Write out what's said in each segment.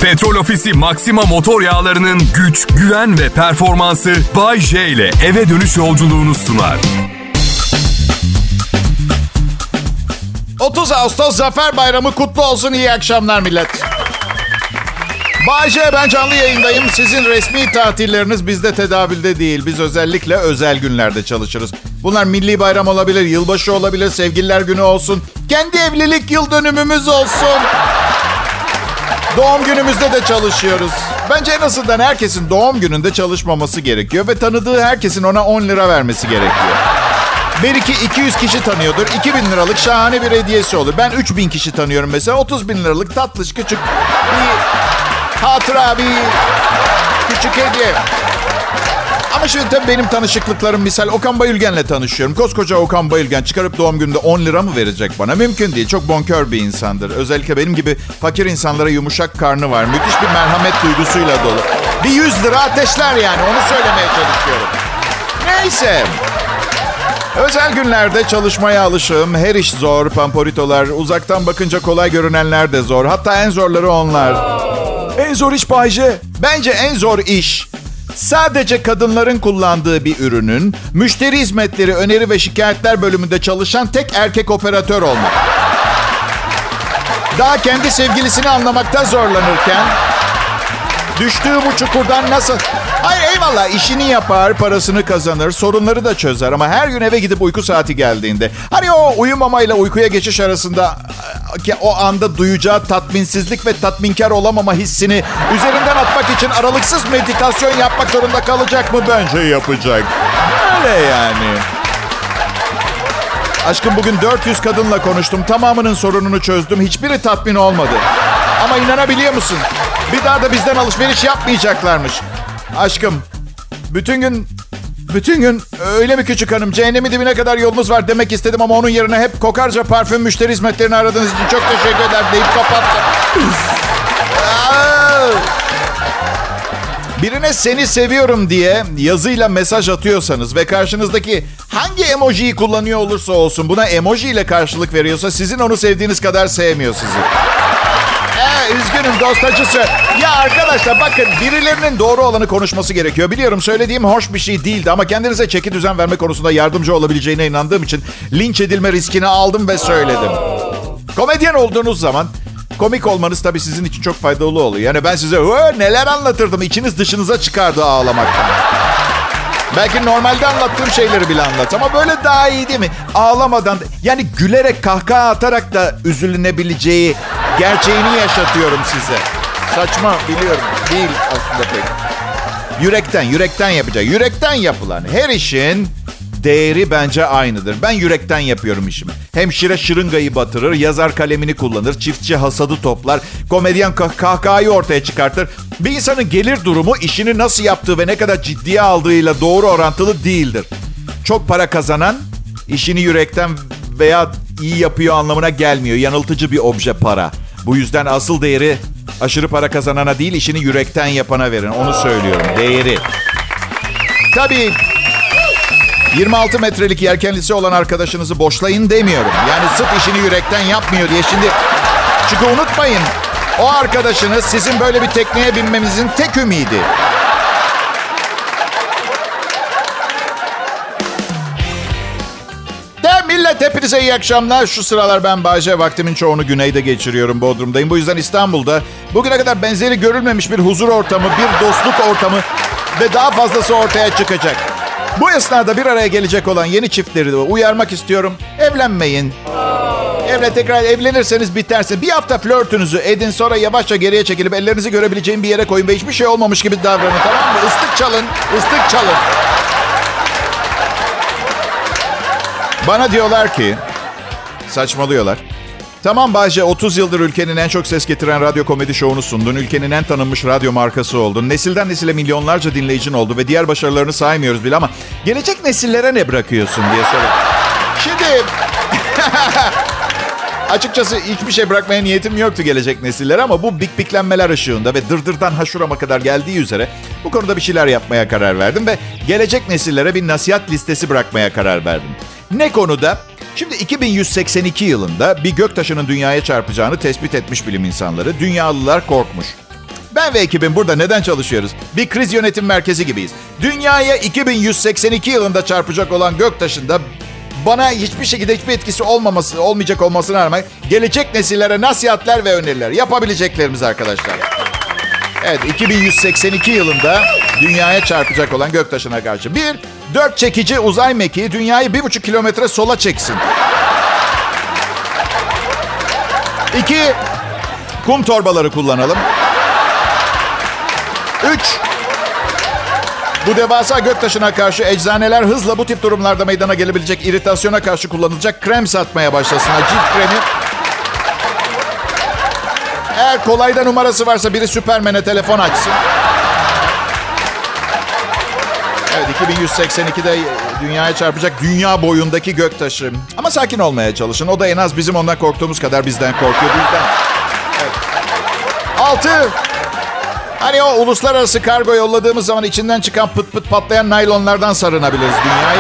Petrol Ofisi Maxima motor yağlarının güç, güven ve performansı Bay J ile eve dönüş yolculuğunu sunar. 30 Ağustos Zafer Bayramı kutlu olsun. İyi akşamlar millet. Bay J, ben canlı yayındayım. Sizin resmi tatilleriniz bizde tedavülde değil. Biz özellikle özel günlerde çalışırız. Bunlar milli bayram olabilir, yılbaşı olabilir, sevgililer günü olsun. Kendi evlilik yıl dönümümüz olsun. Doğum günümüzde de çalışıyoruz. Bence en azından herkesin doğum gününde çalışmaması gerekiyor. Ve tanıdığı herkesin ona 10 lira vermesi gerekiyor. Belki 200 kişi tanıyordur. 2000 liralık şahane bir hediyesi olur. Ben 3000 kişi tanıyorum mesela. 30 bin liralık tatlış küçük bir hatıra, bir küçük hediye. Ama şimdi tabii benim tanışıklıklarım, misal Okan Bayülgen'le tanışıyorum. Koskoca Okan Bayülgen çıkarıp doğum gününde 10 lira mı verecek bana? Mümkün değil. Çok bonkör bir insandır. Özellikle benim gibi fakir insanlara yumuşak karnı var. Müthiş bir merhamet duygusuyla dolu. Bir 100 lira ateşler yani. Onu söylemeye çalışıyorum. Neyse. Özel günlerde çalışmaya alışığım. Her iş zor, pamporitolar. Uzaktan bakınca kolay görünenler de zor. Hatta en zorları onlar. En zor iş Bay J. Bence en zor iş, sadece kadınların kullandığı bir ürünün müşteri hizmetleri, öneri ve şikayetler bölümünde çalışan tek erkek operatör olmak. Daha kendi sevgilisini anlamakta zorlanırken düştüğü bu çukurdan nasıl... Hayır eyvallah, işini yapar, parasını kazanır, sorunları da çözer ama her gün eve gidip uyku saati geldiğinde, hani o uyumamayla uykuya geçiş arasında o anda duyacağı tatminsizlik ve tatminkar olamama hissini üzerinden atmak için aralıksız meditasyon yapmak zorunda kalacak mı? Bence yapacak. Öyle yani. Aşkım, bugün 400 kadınla konuştum. Tamamının sorununu çözdüm. Hiçbiri tatmin olmadı. Ama inanabiliyor musun? Bir daha da bizden alışveriş yapmayacaklarmış. Aşkım, bütün gün öyle mi küçük hanım, cehennemin dibine kadar yolunuz var demek istedim ama onun yerine hep kokarca parfüm müşteri hizmetlerini aradığınız için çok teşekkür ederim deyip kapattım. Birine seni seviyorum diye yazıyla mesaj atıyorsanız ve karşınızdaki hangi emojiyi kullanıyor olursa olsun buna emoji ile karşılık veriyorsa sizin onu sevdiğiniz kadar sevmiyor sizi. Üzgünüm dost acısı. Ya arkadaşlar bakın, birilerinin doğru olanı konuşması gerekiyor. Biliyorum söylediğim hoş bir şey değildi ama kendinize çeki düzen verme konusunda yardımcı olabileceğine inandığım için linç edilme riskini aldım ve söyledim. Komedyen olduğunuz zaman komik olmanız tabii sizin için çok faydalı oluyor. Yani ben size neler anlatırdım, içiniz dışınıza çıkardı ağlamaktan. Belki normalde anlattığım şeyleri bile anlat ama böyle daha iyi değil mi? Ağlamadan, yani gülerek, kahkaha atarak da üzülünebileceği gerçeğini yaşatıyorum size. Saçma biliyorum, değil aslında pek. Yürekten yapacak. Yürekten yapılan her işin değeri bence aynıdır. Ben yürekten yapıyorum işimi. Hemşire şırıngayı batırır, yazar kalemini kullanır, çiftçi hasadı toplar, komedyen kahkahayı ortaya çıkartır. Bir insanın gelir durumu işini nasıl yaptığı ve ne kadar ciddiye aldığıyla doğru orantılı değildir. Çok para kazanan işini yürekten veya iyi yapıyor anlamına gelmiyor. Yanıltıcı bir obje para. Bu yüzden asıl değeri aşırı para kazanana değil, işini yürekten yapana verin. Onu söylüyorum, değeri. Tabii 26 metrelik yelkenlisi olan arkadaşınızı boşlayın demiyorum. Yani sırf işini yürekten yapmıyor diye şimdi... Çünkü unutmayın, o arkadaşınız sizin böyle bir tekneye binmemizin tek ümidi. Millet, hepinize iyi akşamlar. Şu sıralar ben Bay J, vaktimin çoğunu güneyde geçiriyorum, Bodrum'dayım. Bu yüzden İstanbul'da bugüne kadar benzeri görülmemiş bir huzur ortamı, bir dostluk ortamı ve daha fazlası ortaya çıkacak. Bu esnada bir araya gelecek olan yeni çiftleri de uyarmak istiyorum. Evlenmeyin. Tekrar evlenirseniz biterse bir hafta flörtünüzü edin, sonra yavaşça geriye çekilip ellerinizi görebileceğim bir yere koyun ve hiçbir şey olmamış gibi davranın, tamam mı? Islık çalın. Bana diyorlar ki, saçmalıyorlar. Tamam Bayce, 30 yıldır ülkenin en çok ses getiren radyo komedi şovunu sundun. Ülkenin en tanınmış radyo markası oldun. Nesilden nesile milyonlarca dinleyicin oldu ve diğer başarılarını saymıyoruz bile ama gelecek nesillere ne bırakıyorsun diye soruyor. Şimdi açıkçası hiçbir şey bırakmaya niyetim yoktu gelecek nesillere ama bu biklenmeler ışığında ve dırdırdan haşurama kadar geldiği üzere bu konuda bir şeyler yapmaya karar verdim ve gelecek nesillere bir nasihat listesi bırakmaya karar verdim. Ne konuda? Şimdi 2182 yılında bir göktaşının dünyaya çarpacağını tespit etmiş bilim insanları. Dünyalılar korkmuş. Ben ve ekibim burada neden çalışıyoruz? Bir kriz yönetim merkezi gibiyiz. Dünyaya 2182 yılında çarpacak olan göktaşında bana hiçbir şekilde hiçbir etkisi olmayacak olmasına rağmen gelecek nesillere nasihatler ve öneriler yapabileceklerimiz arkadaşlar. Evet, 2182 yılında dünyaya çarpacak olan göktaşına karşı. 4 çekici uzay mekiği dünyayı 1,5 kilometre sola çeksin. 2, kum torbaları kullanalım. 3, bu devasa göktaşına karşı eczaneler hızla bu tip durumlarda meydana gelebilecek iritasyona karşı kullanılacak krem satmaya başlasınlar. Cilt kremi. Eğer kolayda numarası varsa biri Süpermen'e telefon açsın. Evet, 2182'de dünyaya çarpacak dünya boyundaki göktaşı. Ama sakin olmaya çalışın. O da en az bizim ondan korktuğumuz kadar bizden korkuyor. Bizden. Evet. 6. Hani o uluslararası kargo yolladığımız zaman içinden çıkan pıt pıt patlayan naylonlardan sarınabiliriz dünyayı.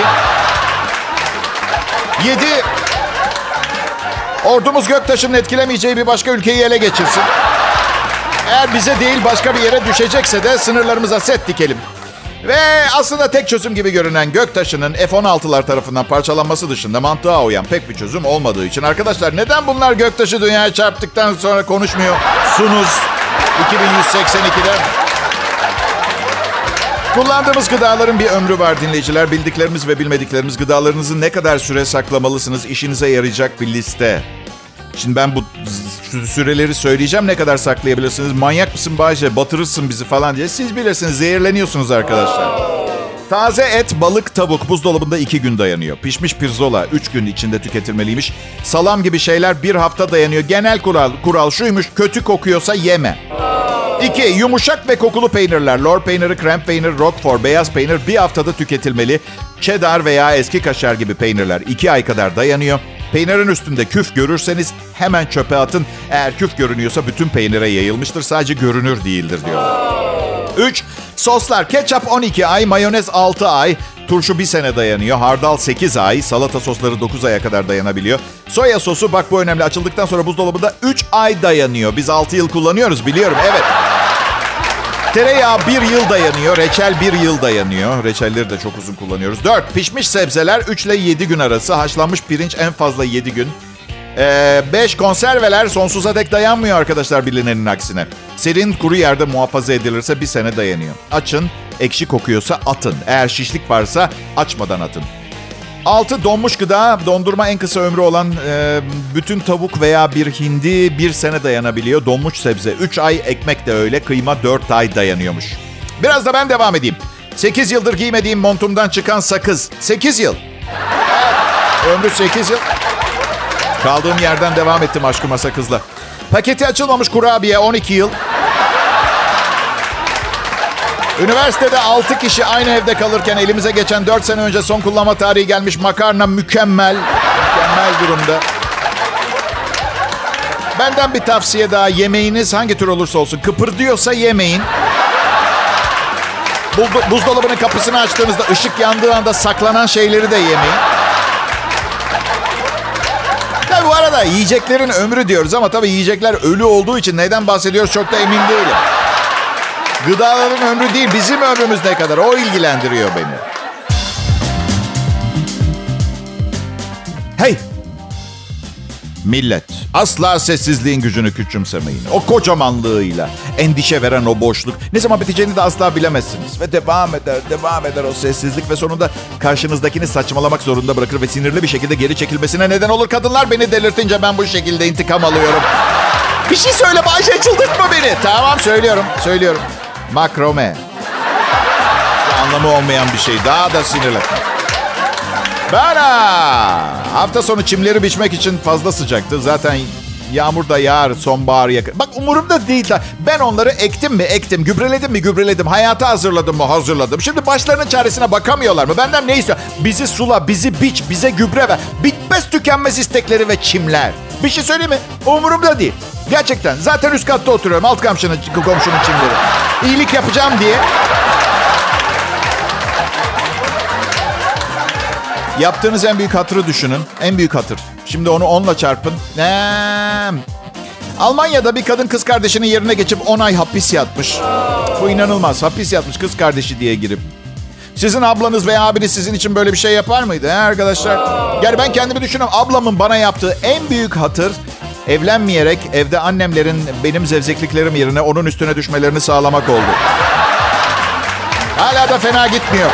7. Ordumuz göktaşının etkilemeyeceği bir başka ülkeyi ele geçirsin. Eğer bize değil başka bir yere düşecekse de sınırlarımıza set dikelim. Ve aslında tek çözüm gibi görünen göktaşının F-16'lar tarafından parçalanması dışında mantığa uyan pek bir çözüm olmadığı için arkadaşlar neden bunlar göktaşı dünyaya çarptıktan sonra konuşmuyorsunuz 2182'de? Kullandığımız gıdaların bir ömrü var dinleyiciler. Bildiklerimiz ve bilmediklerimiz, gıdalarınızı ne kadar süre saklamalısınız, işinize yarayacak bir liste. Şimdi ben bu süreleri söyleyeceğim, ne kadar saklayabilirsiniz. Manyak mısın Bayce, batırırsın bizi falan diye. Siz bilirsiniz, zehirleniyorsunuz arkadaşlar. Taze et, balık, tavuk buzdolabında 2 gün dayanıyor. Pişmiş pirzola 3 gün içinde tüketilmeliymiş. Salam gibi şeyler 1 hafta dayanıyor. Genel kural şuymuş: kötü kokuyorsa yeme. 2. Yumuşak ve kokulu peynirler. Lor peyniri, krem peynir, roquefort, beyaz peynir 1 haftada tüketilmeli. Cheddar veya eski kaşar gibi peynirler 2 ay kadar dayanıyor. Peynirin üstünde küf görürseniz hemen çöpe atın. Eğer küf görünüyorsa bütün peynire yayılmıştır. Sadece görünür değildir diyor. 3. Soslar. Ketçap 12 ay, mayonez 6 ay, turşu 1 sene dayanıyor. Hardal 8 ay, salata sosları 9 aya kadar dayanabiliyor. Soya sosu, bak bu önemli, açıldıktan sonra buzdolabında 3 ay dayanıyor. Biz 6 yıl kullanıyoruz biliyorum, evet. Tereyağı 1 yıl dayanıyor. Reçel 1 yıl dayanıyor. Reçelleri de çok uzun kullanıyoruz. 4. Pişmiş sebzeler 3 ile 7 gün arası. Haşlanmış pirinç en fazla 7 gün. 5. Konserveler sonsuza dek dayanmıyor arkadaşlar, bilinenin aksine. Serin kuru yerde muhafaza edilirse 1 sene dayanıyor. Açın. Ekşi kokuyorsa atın. Eğer şişlik varsa açmadan atın. 6. Donmuş gıda. Dondurma en kısa ömrü olan bütün tavuk veya bir hindi 1 sene dayanabiliyor. Donmuş sebze 3 ay, ekmek de öyle. Kıyma 4 ay dayanıyormuş. Biraz da ben devam edeyim. 8 yıldır giymediğim montumdan çıkan sakız. 8 yıl. Ömrü 8 yıl. Kaldığım yerden devam ettim aşkıma sakızla. Paketi açılmamış kurabiye 12 yıl. Üniversitede 6 kişi aynı evde kalırken elimize geçen 4 sene önce son kullanma tarihi gelmiş makarna mükemmel. Mükemmel durumda. Benden bir tavsiye daha: yemeğiniz hangi tür olursa olsun kıpırdıyorsa yemeyin. Buzdolabının kapısını açtığınızda ışık yandığı anda saklanan şeyleri de yemeyin. Tabii bu arada yiyeceklerin ömrü diyoruz ama tabii yiyecekler ölü olduğu için neden bahsediyoruz çok da emin değilim. Gıdaların ömrü değil, bizim ömrümüz ne kadar, o ilgilendiriyor beni. Hey! Millet, asla sessizliğin gücünü küçümsemeyin. O kocamanlığıyla, endişe veren o boşluk. Ne zaman biteceğini de asla bilemezsiniz. Ve devam eder o sessizlik ve sonunda karşınızdakini saçmalamak zorunda bırakır ve sinirli bir şekilde geri çekilmesine neden olur. Kadınlar beni delirtince ben bu şekilde intikam alıyorum. Bir şey söyle Bayşe, çıldırtma beni. Tamam, söylüyorum. Makrome. Anlamı olmayan bir şey. Daha da sinirli. Hafta sonu çimleri biçmek için fazla sıcaktı. Zaten yağmur da yağar, sonbahar yakın. Bak umurumda değil. Ben onları ektim mi? Ektim. Gübreledim mi? Gübreledim. Hayata hazırladım mı? Hazırladım. Şimdi başlarının çaresine bakamıyorlar mı? Benden ne istiyor? Bizi sula, bizi biç, bize gübre ver. Bitmez tükenmez istekleri ve çimler. Bir şey söyleyeyim mi? Umurumda değil. Gerçekten. Zaten üst katta oturuyorum. Alt komşunun çimleri. İyilik yapacağım diye. Yaptığınız en büyük hatırı düşünün. En büyük hatır. Şimdi onu 10'la çarpın. Almanya'da bir kadın kız kardeşinin yerine geçip 10 ay hapis yatmış. Bu inanılmaz. Hapis yatmış kız kardeşi diye girip. Sizin ablanız veya abiniz sizin için böyle bir şey yapar mıydı arkadaşlar? Yani ben kendimi düşünüyorum. Ablamın bana yaptığı en büyük hatır evlenmeyerek evde annemlerin benim zevzekliklerim yerine onun üstüne düşmelerini sağlamak oldu. Hala da fena gitmiyor.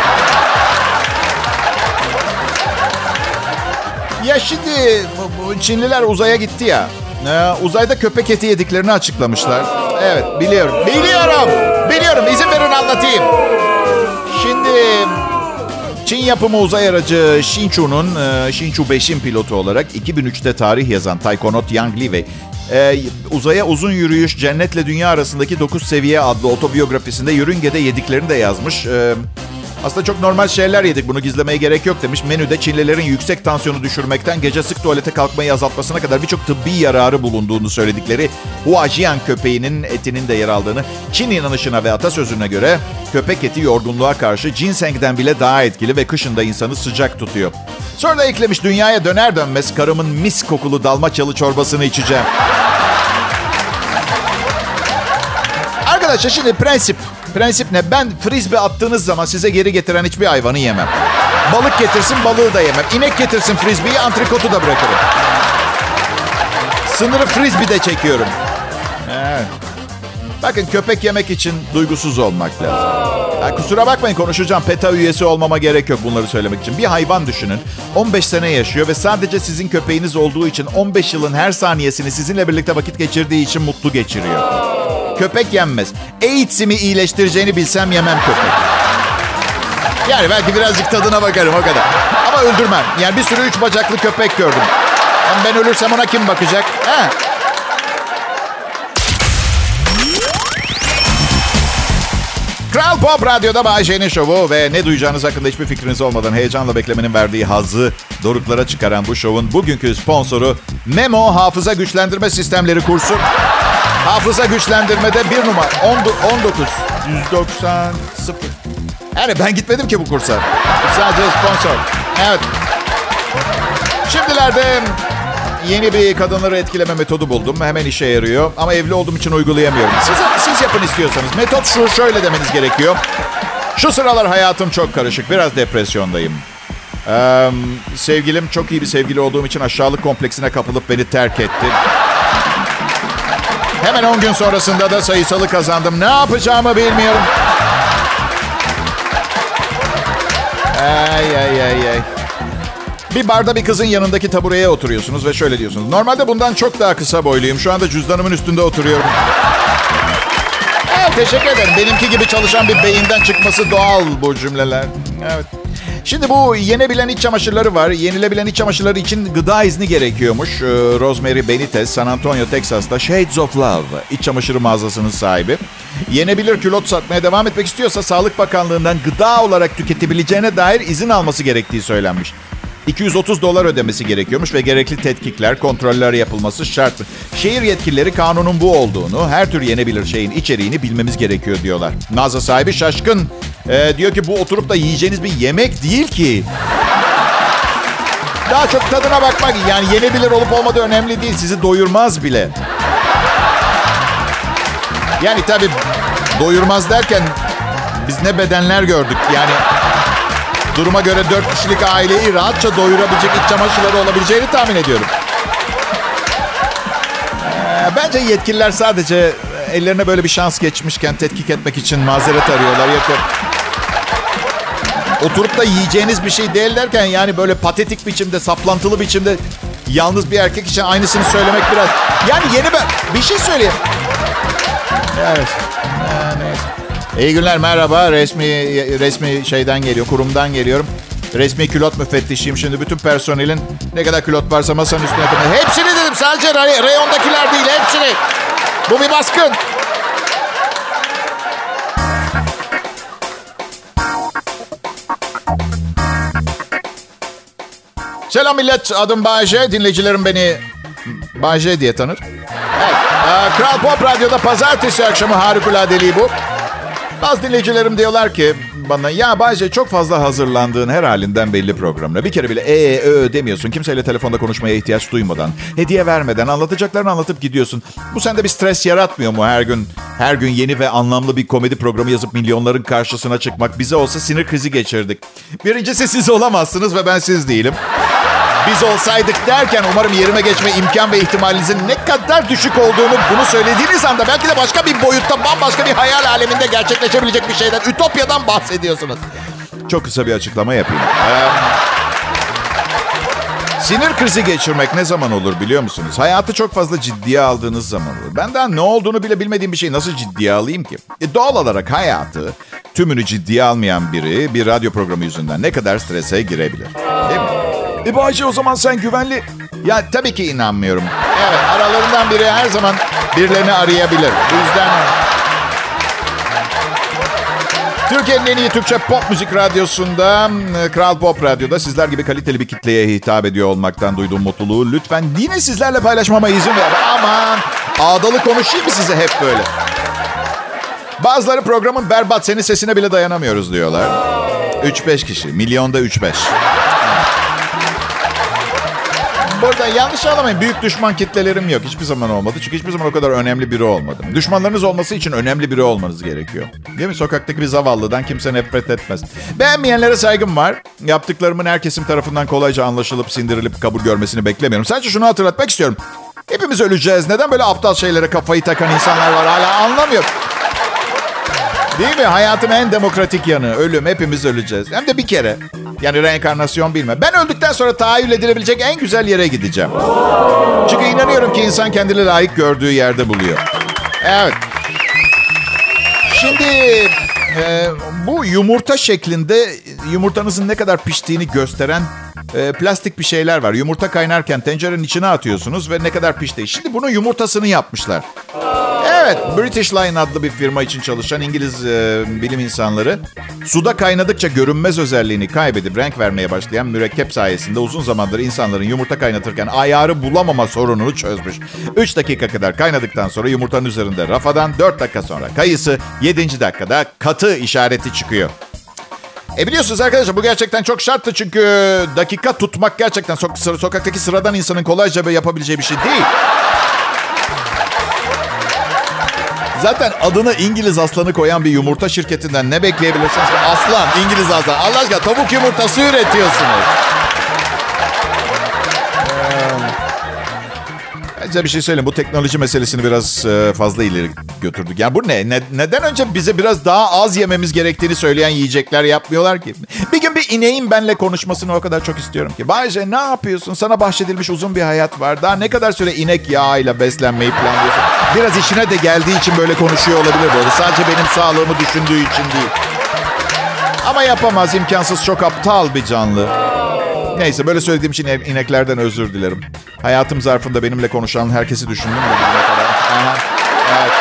Ya şimdi bu Çinliler uzaya gitti ya. Uzayda köpek eti yediklerini açıklamışlar. Evet biliyorum. Biliyorum. İzin verin anlatayım. Şimdi Çin yapımı uzay aracı Shenzhou'nun Shenzhou 5'in pilotu olarak 2003'te tarih yazan taikonaut Yang Li ve uzaya uzun yürüyüş cennetle dünya arasındaki 9 seviye adlı otobiyografisinde yörüngede yediklerini de yazmış. Aslında çok normal şeyler yedik, bunu gizlemeye gerek yok demiş. Menüde Çinlilerin yüksek tansiyonu düşürmekten gece sık tuvalete kalkmayı azaltmasına kadar birçok tıbbi yararı bulunduğunu söyledikleri Huajian köpeğinin etinin de yer aldığını, Çin inanışına ve atasözüne göre köpek eti yorgunluğa karşı ginsengden bile daha etkili ve kışında insanı sıcak tutuyor. Sonra da eklemiş, dünyaya döner dönmez karımın mis kokulu dalmaçyalı çorbasını içeceğim. Arkadaşlar şimdi prensip ne? Ben frisbee attığınız zaman size geri getiren hiçbir hayvanı yemem. Balık getirsin, balığı da yemem. İnek getirsin frisbee'yi, antrikotu da bırakırım. Sınırı frisbee'de çekiyorum. Evet. Bakın, köpek yemek için duygusuz olmak lazım. Ya kusura bakmayın, konuşacağım. PETA üyesi olmama gerek yok bunları söylemek için. Bir hayvan düşünün. 15 sene yaşıyor ve sadece sizin köpeğiniz olduğu için 15 yılın her saniyesini sizinle birlikte vakit geçirdiği için mutlu geçiriyor. Köpek yenmez. AIDS'imi iyileştireceğini bilsem yemem köpek. Yani belki birazcık tadına bakarım, o kadar. Ama öldürmem. Yani bir sürü 3 bacaklı köpek gördüm. Ama ben ölürsem ona kim bakacak? He? Kral Pop Radyo'da Bay J'nin şovu ve ne duyacağınız hakkında hiçbir fikriniz olmadan heyecanla beklemenin verdiği hazzı doruklara çıkaran bu şovun bugünkü sponsoru Memo Hafıza Güçlendirme Sistemleri kursu. Hafıza güçlendirmede 1 numara 19 190 0. Yani ben gitmedim ki bu kursa. Sadece sponsor. Evet. Şimdilerde yeni bir kadınları etkileme metodu buldum. Hemen işe yarıyor. Ama evli olduğum için uygulayamıyorum. Siz yapın istiyorsanız. Metot şu, şöyle demeniz gerekiyor. Şu sıralar hayatım çok karışık. Biraz depresyondayım. Sevgilim, çok iyi bir sevgili olduğum için aşağılık kompleksine kapılıp beni terk etti. Hemen 10 gün sonrasında da sayısalı kazandım. Ne yapacağımı bilmiyorum. Ay. Bir barda bir kızın yanındaki tabureye oturuyorsunuz ve şöyle diyorsunuz. Normalde bundan çok daha kısa boyluyum. Şu anda cüzdanımın üstünde oturuyorum. Evet, teşekkür ederim. Benimki gibi çalışan bir beyinden çıkması doğal bu cümleler. Evet. Şimdi bu yenebilen iç çamaşırları var. Yenilebilen iç çamaşırları için gıda izni gerekiyormuş. Rosemary Benitez, San Antonio, Texas'ta Shades of Love iç çamaşırı mağazasının sahibi. Yenebilir külot satmaya devam etmek istiyorsa Sağlık Bakanlığı'ndan gıda olarak tüketebileceğine dair izin alması gerektiği söylenmiş. $230 ödemesi gerekiyormuş ve gerekli tetkikler, kontroller yapılması şart. Şehir yetkilileri kanunun bu olduğunu, her tür yenebilir şeyin içeriğini bilmemiz gerekiyor diyorlar. Mağaza sahibi şaşkın. Diyor ki bu oturup da yiyeceğiniz bir yemek değil ki. Daha çok tadına bakmak, yani yenebilir olup olmadığı önemli değil. Sizi doyurmaz bile. Yani tabii doyurmaz derken biz ne bedenler gördük. Yani duruma göre 4 kişilik aileyi rahatça doyurabilecek iç çamaşırları olabileceğini tahmin ediyorum. Bence yetkililer sadece ellerine böyle bir şans geçmişken tetkik etmek için mazeret arıyorlar. Oturup da yiyeceğiniz bir şey değil derken yani böyle patetik biçimde, saplantılı biçimde yalnız bir erkek için aynısını söylemek biraz... Yani yeni bir şey söyleyeyim. Evet. Neyse. İyi günler, merhaba. Resmi şeyden geliyor, kurumdan geliyorum. Resmi külot müfettişiyim. Şimdi bütün personelin ne kadar külot varsa masanın üstüne koymayı. Hepsini dedim, sadece reyondakiler değil, hepsini. Bu bir baskın. Selam millet, adım Bay J. Dinleyicilerim beni Bay J diye tanır. Evet. Kral Pop Radyo'da pazartesi akşamı harikuladeliği bu. Bazı dinleyicilerim diyorlar ki bana, ya Bayce çok fazla hazırlandığın her halinden belli programına. Bir kere bile demiyorsun. Kimseyle telefonda konuşmaya ihtiyaç duymadan, hediye vermeden anlatacaklarını anlatıp gidiyorsun. Bu sende bir stres yaratmıyor mu her gün yeni ve anlamlı bir komedi programı yazıp milyonların karşısına çıkmak? Bize olsa sinir krizi geçirdik. Birincisi siz olamazsınız ve ben siz değilim. Biz olsaydık derken umarım yerime geçme imkan ve ihtimalinizin ne kadar düşük olduğunu bunu söylediğiniz anda belki de başka bir boyutta, bambaşka bir hayal aleminde gerçekleşebilecek bir şeyden, ütopyadan bahsediyorsunuz. Çok kısa bir açıklama yapayım. Sinir krizi geçirmek ne zaman olur biliyor musunuz? Hayatı çok fazla ciddiye aldığınız zaman olur. Ben daha ne olduğunu bile bilmediğim bir şeyi nasıl ciddiye alayım ki? Doğal olarak hayatı tümünü ciddiye almayan biri bir radyo programı yüzünden ne kadar strese girebilir? Değil mi? Bayce, o zaman sen güvenli... Ya tabii ki inanmıyorum. Evet, aralarından biri her zaman birilerini arayabilir. Bu yüzden... Türkiye'nin en iyi Türkçe pop müzik radyosunda, Kral Pop Radyo'da sizler gibi kaliteli bir kitleye hitap ediyor olmaktan duyduğum mutluluğu lütfen yine sizlerle paylaşmama izin ver. Aman, ağdalı konuşayım mı size hep böyle? Bazıları programın berbat, senin sesine bile dayanamıyoruz diyorlar. 3-5 kişi, milyonda 3-5. Burada yanlış anlamayın. Büyük düşman kitlelerim yok. Hiçbir zaman olmadı. Çünkü hiçbir zaman o kadar önemli biri olmadım. Düşmanlarınız olması için önemli biri olmanız gerekiyor. Değil mi? Sokaktaki bir zavallıdan kimse nefret etmez. Beğenmeyenlere saygım var. Yaptıklarımın her kesim tarafından kolayca anlaşılıp, sindirilip, kabul görmesini beklemiyorum. Sadece şunu hatırlatmak istiyorum. Hepimiz öleceğiz. Neden böyle aptal şeylere kafayı takan insanlar var hala anlamıyorum. Değil mi? Hayatın en demokratik yanı. Ölüm. Hepimiz öleceğiz. Hem de bir kere. Yani reenkarnasyon bilme. Ben öldükten sonra tahayyül edilebilecek en güzel yere gideceğim. Çünkü inanıyorum ki insan kendini layık gördüğü yerde buluyor. Evet. Şimdi bu yumurta şeklinde yumurtanızın ne kadar piştiğini gösteren plastik bir şeyler var. Yumurta kaynarken tencerenin içine atıyorsunuz ve ne kadar pişti. Şimdi bunun yumurtasını yapmışlar. Evet, British Line adlı bir firma için çalışan İngiliz bilim insanları suda kaynadıkça görünmez özelliğini kaybedip renk vermeye başlayan mürekkep sayesinde uzun zamandır insanların yumurta kaynatırken ayarı bulamama sorununu çözmüş. 3 dakika kadar kaynadıktan sonra yumurtanın üzerinde rafadan, 4 dakika sonra kayısı, 7. dakikada katı işareti çıkıyor. Biliyorsunuz arkadaşlar, bu gerçekten çok şarttı çünkü dakika tutmak gerçekten sokaktaki sıradan insanın kolayca yapabileceği bir şey değil. Zaten adını İngiliz aslanı koyan bir yumurta şirketinden ne bekleyebilirsiniz? Aslan, İngiliz aslan. Allah aşkına tavuk yumurtası üretiyorsunuz. Size bir şey söyleyeyim. Bu teknoloji meselesini biraz fazla ileri götürdük. Yani bu ne? Neden önce bize biraz daha az yememiz gerektiğini söyleyen yiyecekler yapmıyorlar ki? Bir gün bir ineğin benimle konuşmasını o kadar çok istiyorum ki. Bayce, ne yapıyorsun? Sana bahşedilmiş uzun bir hayat var. Daha ne kadar süre inek yağıyla beslenmeyi planlıyorsun? Biraz işine de geldiği için böyle konuşuyor olabilir bu arada. Sadece benim sağlığımı düşündüğü için değil. Ama yapamaz, imkansız, çok aptal bir canlı. Neyse, böyle söylediğim için ineklerden özür dilerim. Hayatım zarfında benimle konuşan herkesi düşündüm de bugüne kadar. Aha, evet.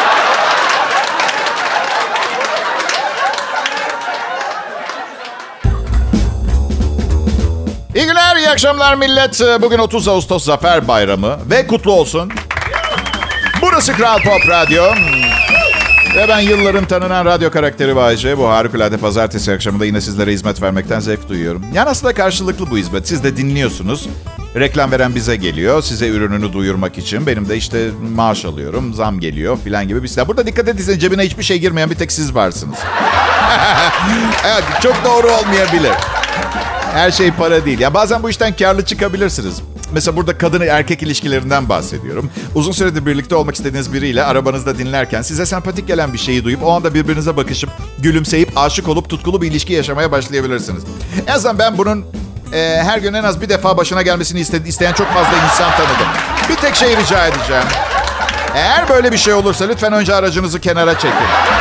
İyi günler, iyi akşamlar millet. Bugün 30 Ağustos Zafer Bayramı ve kutlu olsun. Burası Kral Pop Radyo. Ve ben yılların tanınan radyo karakteri Bayce. Bu harikulade pazartesi akşamında yine sizlere hizmet vermekten zevk duyuyorum. Yani aslında karşılıklı bu hizmet. Siz de dinliyorsunuz. Reklam veren bize geliyor. Size ürününü duyurmak için. Benim de işte maaş alıyorum. Zam geliyor filan gibi bir şey. Burada dikkat edin, cebine hiçbir şey girmeyen bir tek siz varsınız. Evet, çok doğru olmayabilir. Her şey para değil. Ya bazen bu işten karlı çıkabilirsiniz. Mesela burada kadın erkek ilişkilerinden bahsediyorum. Uzun süredir birlikte olmak istediğiniz biriyle arabanızda dinlerken size sempatik gelen bir şeyi duyup o anda birbirinize bakışıp gülümseyip aşık olup tutkulu bir ilişki yaşamaya başlayabilirsiniz. En azından ben bunun her gün en az bir defa başına gelmesini isteyen çok fazla insan tanıdım. Bir tek şey rica edeceğim. Eğer böyle bir şey olursa lütfen önce aracınızı kenara çekin.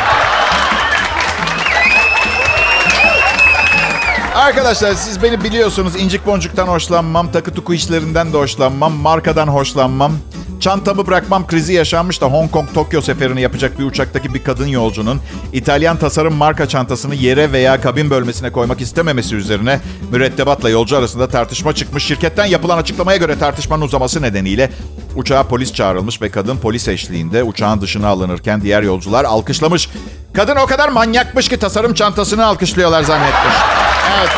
Arkadaşlar, siz beni biliyorsunuz. İncik boncuktan hoşlanmam. Takı tuku işlerinden de hoşlanmam. Markadan hoşlanmam. Çantamı bırakmam krizi yaşanmış da Hong Kong Tokyo seferini yapacak bir uçaktaki bir kadın yolcunun İtalyan tasarım marka çantasını yere veya kabin bölmesine koymak istememesi üzerine mürettebatla yolcu arasında tartışma çıkmış. Şirketten yapılan açıklamaya göre tartışmanın uzaması nedeniyle uçağa polis çağrılmış ve kadın polis eşliğinde uçağın dışına alınırken diğer yolcular alkışlamış. Kadın o kadar manyakmış ki tasarım çantasını alkışlıyorlar zannetmiş. Evet.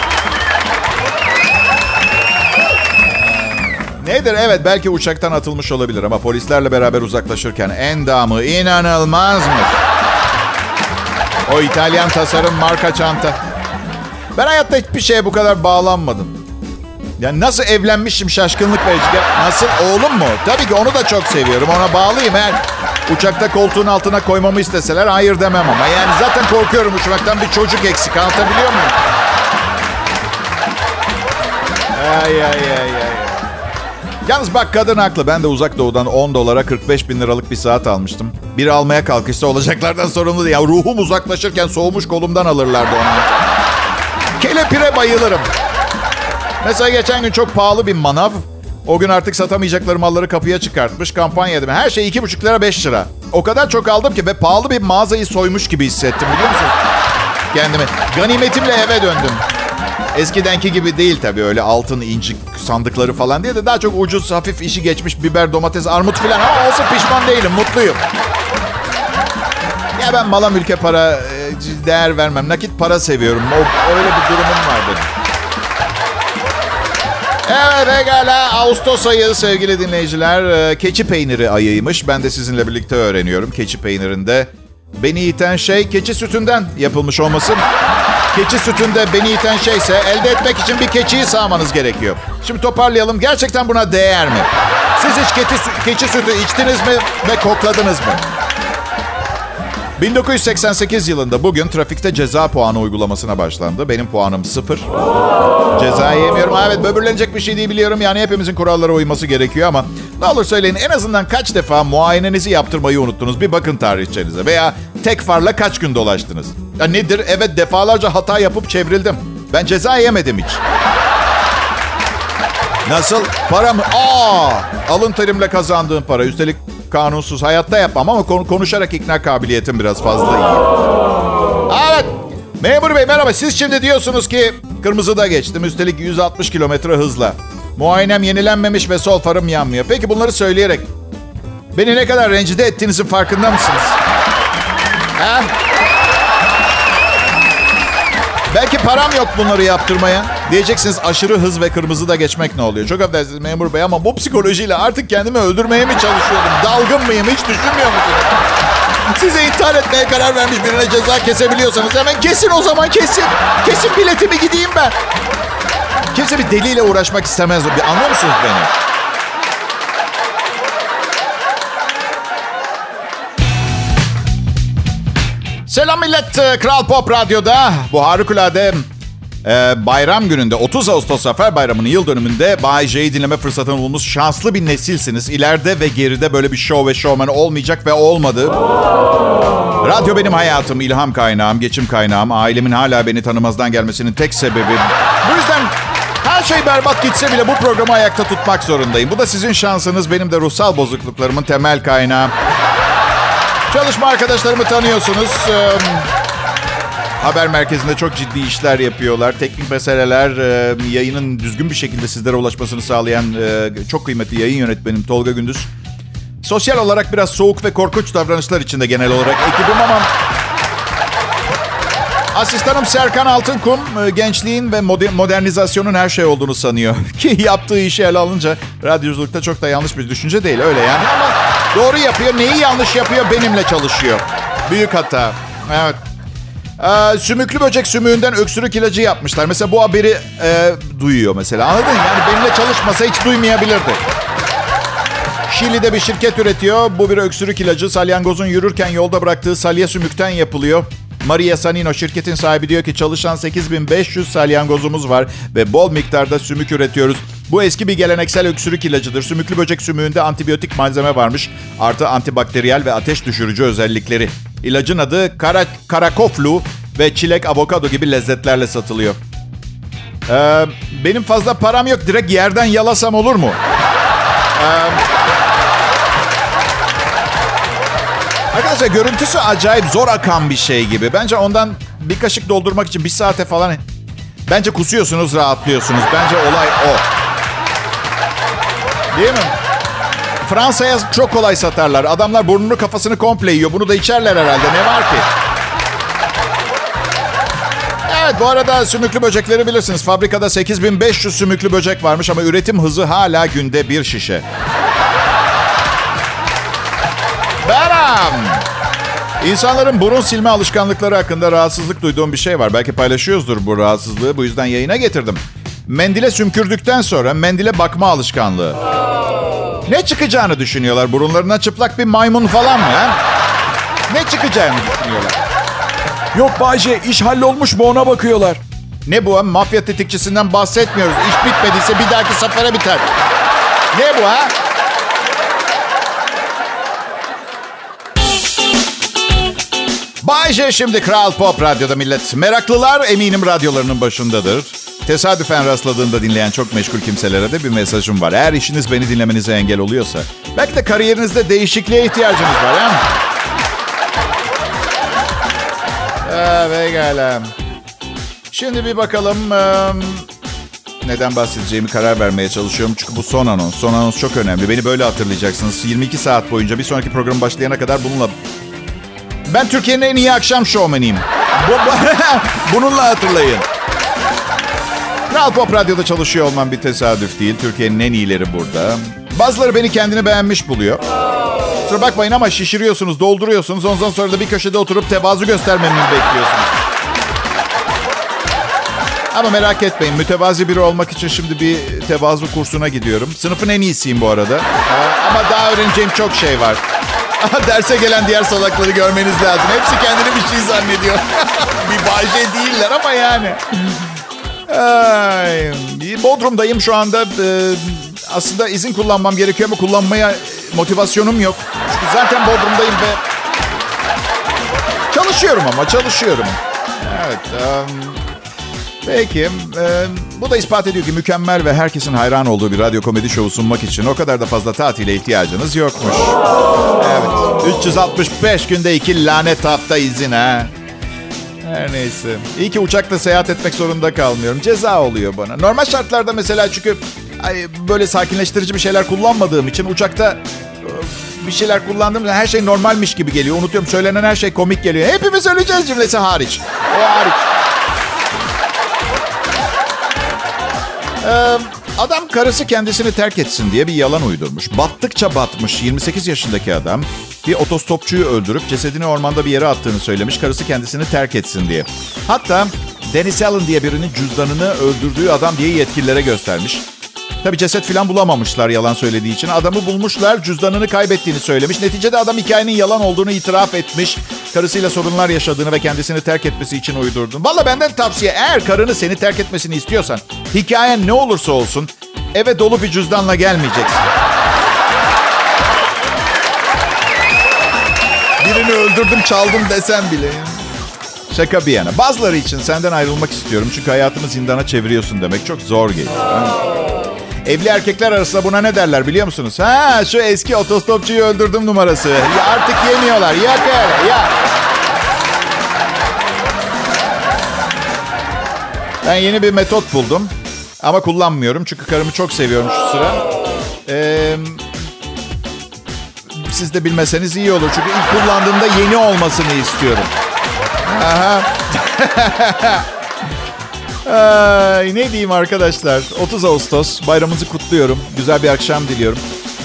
Nedir? Evet, belki uçaktan atılmış olabilir ama polislerle beraber uzaklaşırken endamı inanılmazmış. O İtalyan tasarım marka çanta. Ben hayatta hiçbir şeye bu kadar bağlanmadım. Yani nasıl evlenmişim şaşkınlık verici. Nasıl, oğlum mu? Tabii ki onu da çok seviyorum. Ona bağlıyım. Eğer uçakta koltuğun altına koymamı isteseler hayır demem ama. Yani zaten korkuyorum uçmaktan, bir çocuk eksik. Anlatabiliyor muyum? Ay. Yalnız bak, kadın haklı. Ben de uzak doğudan $10 45 bin liralık bir saat almıştım. Biri almaya kalkışsa olacaklardan sorumlu değil. Ya ruhum uzaklaşırken soğumuş kolumdan alırlardı onu. Kelepire bayılırım. Mesela geçen gün çok pahalı bir manav. O gün artık satamayacakları malları kapıya çıkartmış. Kampanya dedim. Her şey 2,5 lira 5 lira. O kadar çok aldım ki ve pahalı bir mağazayı soymuş gibi hissettim, biliyor musun? Kendimi. Ganimetimle eve döndüm. Eskidenki gibi değil tabii, öyle altın, incik sandıkları falan diye de daha çok ucuz, hafif işi geçmiş biber, domates, armut falan. Ama olsun, pişman değilim, mutluyum. Ya ben mala mülke para değer vermem. Nakit para seviyorum. Öyle bir durumum var benim. Evet, egala Ağustos ayı sevgili dinleyiciler. Keçi peyniri ayıymış. Ben de sizinle birlikte öğreniyorum. Keçi peynirinde beni iten şey keçi sütünden yapılmış olması. Keçi sütünde beni iten şeyse elde etmek için bir keçiyi sağmanız gerekiyor. Şimdi toparlayalım. Gerçekten buna değer mi? Siz hiç keçi sütü içtiniz mi ve kokladınız mı? 1988 yılında bugün trafikte ceza puanı uygulamasına başlandı. Benim puanım 0. Ceza yemiyorum. Evet, böbürlenecek bir şey değil biliyorum. Yani hepimizin kurallara uyması gerekiyor ama ne olur söyleyin, en azından kaç defa muayenenizi yaptırmayı unuttunuz? Bir bakın tarihçenize. Veya tek farla kaç gün dolaştınız? Ya nedir? Evet, defalarca hata yapıp çevrildim. Ben ceza yemedim hiç. Nasıl? Para mı? Alın terimle kazandığım para. Üstelik kanunsuz, hayatta yapmam ama konuşarak ikna kabiliyetim biraz fazla iyi. Evet. Memur bey merhaba. Siz şimdi diyorsunuz ki kırmızıda geçtim. Üstelik 160 kilometre hızla. Muayenem yenilenmemiş ve sol farım yanmıyor. Peki bunları söyleyerek beni ne kadar rencide ettiğinizin farkında mısınız? Ha? Belki param yok bunları yaptırmaya. Diyeceksiniz, aşırı hız ve kırmızıda geçmek ne oluyor? Çok affedersiniz memur bey ama bu psikolojiyle artık kendimi öldürmeye mi çalışıyordum? Dalgın mıyım? Hiç düşünmüyor musunuz? Size intihar etmeye karar vermiş birine ceza kesebiliyorsanız hemen kesin o zaman, kesin. Kesin biletimi, gideyim ben. Kimse bir deliyle uğraşmak istemez. Anlıyor musunuz beni? Selam millet. Kral Pop Radyo'da bu harikulade bayram gününde 30 Ağustos Zafer Bayramı'nın yıl dönümünde Bay J'yi dinleme fırsatını bulmuş şanslı bir nesilsiniz. İleride ve geride böyle bir show ve showman olmayacak ve olmadı. Radyo benim hayatım, ilham kaynağım, geçim kaynağım. Ailemin hala beni tanımazdan gelmesinin tek sebebi. Bu yüzden her şey berbat gitse bile bu programı ayakta tutmak zorundayım. Bu da sizin şansınız, benim de ruhsal bozukluklarımın temel kaynağı. Çalışma arkadaşlarımı tanıyorsunuz. Haber merkezinde çok ciddi işler yapıyorlar. Teknik meseleler, yayının düzgün bir şekilde sizlere ulaşmasını sağlayan çok kıymetli yayın yönetmenim Tolga Gündüz. Sosyal olarak biraz soğuk ve korkunç davranışlar içinde genel olarak ekibim ama... Asistanım Serkan Altınkum gençliğin ve modernizasyonun her şey olduğunu sanıyor. Ki yaptığı işi ele alınca radyoculukta çok da yanlış bir düşünce değil, öyle yani. Ama doğru yapıyor. Neyi yanlış yapıyor? Benimle çalışıyor. Büyük hata. Evet. Sümüklü böcek sümüğünden öksürük ilacı yapmışlar. Mesela bu haberi duyuyor mesela. Anladın? Yani benimle çalışmasa hiç duymayabilirdi. Şili'de bir şirket üretiyor. Bu bir öksürük ilacı. Salyangozun yürürken yolda bıraktığı salya sümükten yapılıyor. Maria Sanino şirketin sahibi diyor ki çalışan 8500 salyangozumuz var ve bol miktarda sümük üretiyoruz. Bu eski bir geleneksel öksürük ilacıdır. Sümüklü böcek sümüğünde antibiyotik malzeme varmış. Artı antibakteriyel ve ateş düşürücü özellikleri. İlacın adı karakoflu ve çilek, avokado gibi lezzetlerle satılıyor. Benim fazla param yok. Direkt yerden yalasam olur mu? Arkadaşlar görüntüsü acayip zor akan bir şey gibi. Bence ondan bir kaşık doldurmak için 1 saate falan... Bence kusuyorsunuz, rahatlıyorsunuz. Bence olay o. Değil mi? Fransa'ya çok kolay satarlar. Adamlar burnunu kafasını komple yiyor. Bunu da içerler herhalde. Ne var ki? Evet, bu arada sümüklü böcekleri bilirsiniz. Fabrikada 8500 sümüklü böcek varmış ama üretim hızı hala günde 1 şişe. Beram! İnsanların burun silme alışkanlıkları hakkında rahatsızlık duyduğum bir şey var. Belki paylaşıyoruzdur bu rahatsızlığı. Bu yüzden yayına getirdim. Mendile sümkürdükten sonra mendile bakma alışkanlığı. Ne çıkacağını düşünüyorlar? Burunlarına çıplak bir maymun falan mı? He? Ne çıkacağını düşünüyorlar? Yok Bayce, iş hallolmuş mu ona bakıyorlar. Ne bu? Mafya tetikçisinden bahsetmiyoruz. İş bitmediyse bir dahaki sefere biter. Ne bu ha? Bay J şimdi Kral Pop Radyo'da millet. Meraklılar eminim radyolarının başındadır. Tesadüfen rastladığında dinleyen çok meşgul kimselere de bir mesajım var. Eğer işiniz beni dinlemenize engel oluyorsa, belki de kariyerinizde değişikliğe ihtiyacınız var. He? Pekala. Şimdi bir bakalım. Neden bahsedeceğimi karar vermeye çalışıyorum. Çünkü bu son anons. Son anons çok önemli. Beni böyle hatırlayacaksınız. 22 saat boyunca bir sonraki program başlayana kadar bununla... Ben Türkiye'nin en iyi akşam şovmeniyim. Bununla hatırlayın. Kral Pop Radyo'da çalışıyor olmam bir tesadüf değil. Türkiye'nin en iyileri burada. Bazıları beni kendini beğenmiş buluyor. Kusura bakmayın ama şişiriyorsunuz, dolduruyorsunuz. Ondan sonra da bir köşede oturup tevazu göstermemi bekliyorsunuz. Ama merak etmeyin, mütevazi biri olmak için şimdi bir tevazu kursuna gidiyorum. Sınıfın en iyisiyim bu arada. Ama daha öğreneceğim çok şey var. Derse gelen diğer salakları görmeniz lazım. Hepsi kendini bir şey zannediyor. Bir bahçe değiller ama yani. Bodrum'dayım şu anda. Aslında izin kullanmam gerekiyor ama kullanmaya motivasyonum yok. Çünkü zaten Bodrum'dayım ve çalışıyorum ama çalışıyorum. Evet. Peki. Bu da ispat ediyor ki mükemmel ve herkesin hayran olduğu bir radyo komedi şovu sunmak için o kadar da fazla tatile ihtiyacınız yokmuş. Evet. 365 günde 2 lanet hafta izin ha. Her neyse. İyi ki uçakla seyahat etmek zorunda kalmıyorum. Ceza oluyor bana. Normal şartlarda mesela çünkü böyle sakinleştirici bir şeyler kullanmadığım için uçakta bir şeyler kullandığımda her şey normalmiş gibi geliyor. Unutuyorum, söylenen her şey komik geliyor. Hepimiz öleceğiz cümlesi hariç. O hariç. Adam karısı kendisini terk etsin diye bir yalan uydurmuş. Battıkça batmış 28 yaşındaki adam bir otostopçuyu öldürüp cesedini ormanda bir yere attığını söylemiş. Karısı kendisini terk etsin diye. Hatta Dennis Allen diye birinin cüzdanını öldürdüğü adam diye yetkililere göstermiş. Tabii ceset falan bulamamışlar yalan söylediği için. Adamı bulmuşlar, cüzdanını kaybettiğini söylemiş. Neticede adam hikayenin yalan olduğunu itiraf etmiş. Karısıyla sorunlar yaşadığını ve kendisini terk etmesi için uydurdum. Vallahi benden tavsiye, eğer karını seni terk etmesini istiyorsan, hikayen ne olursa olsun eve dolu bir cüzdanla gelmeyeceksin. Birini öldürdüm, çaldım desem bile. Şaka bir yana. Bazıları için senden ayrılmak istiyorum çünkü hayatımı zindana çeviriyorsun demek çok zor geliyor. Evli erkekler arasında buna ne derler biliyor musunuz? Ha, şu eski otostopçuyu öldürdüm numarası. Ya artık yemiyorlar. Yok öyle ya. Ben yeni bir metot buldum. Ama kullanmıyorum çünkü karımı çok seviyorum şu sıra. Siz de bilmeseniz iyi olur. Çünkü ilk kullandığımda yeni olmasını istiyorum. Aha. Ne diyeyim arkadaşlar? 30 Ağustos bayramınızı kutluyorum. Güzel bir akşam diliyorum.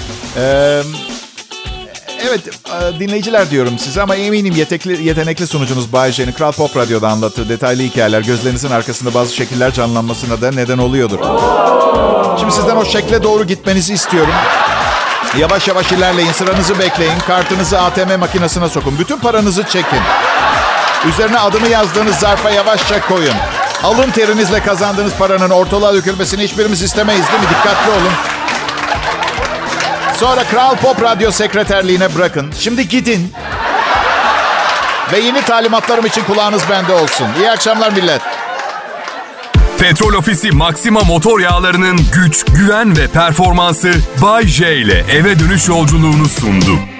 Evet dinleyiciler diyorum size ama eminim yetenekli sunucunuz Bay J'nin Kral Pop Radyo'da anlattığı detaylı hikayeler gözlerinizin arkasında bazı şekiller canlanmasına da neden oluyordur. Şimdi sizden o şekle doğru gitmenizi istiyorum. Yavaş yavaş ilerleyin, sıranızı bekleyin, kartınızı ATM makinesine sokun, bütün paranızı çekin. Üzerine adımı yazdığınız zarfa yavaşça koyun. Alın terinizle kazandığınız paranın ortalığa dökülmesini hiçbirimiz istemeyiz değil mi? Dikkatli olun. Sonra Kral Pop Radyo sekreterliğine bırakın. Şimdi gidin. Ve yeni talimatlarım için kulağınız bende olsun. İyi akşamlar millet. Petrol Ofisi Maxima motor yağlarının güç, güven ve performansı Bay J ile eve dönüş yolculuğunu sundu.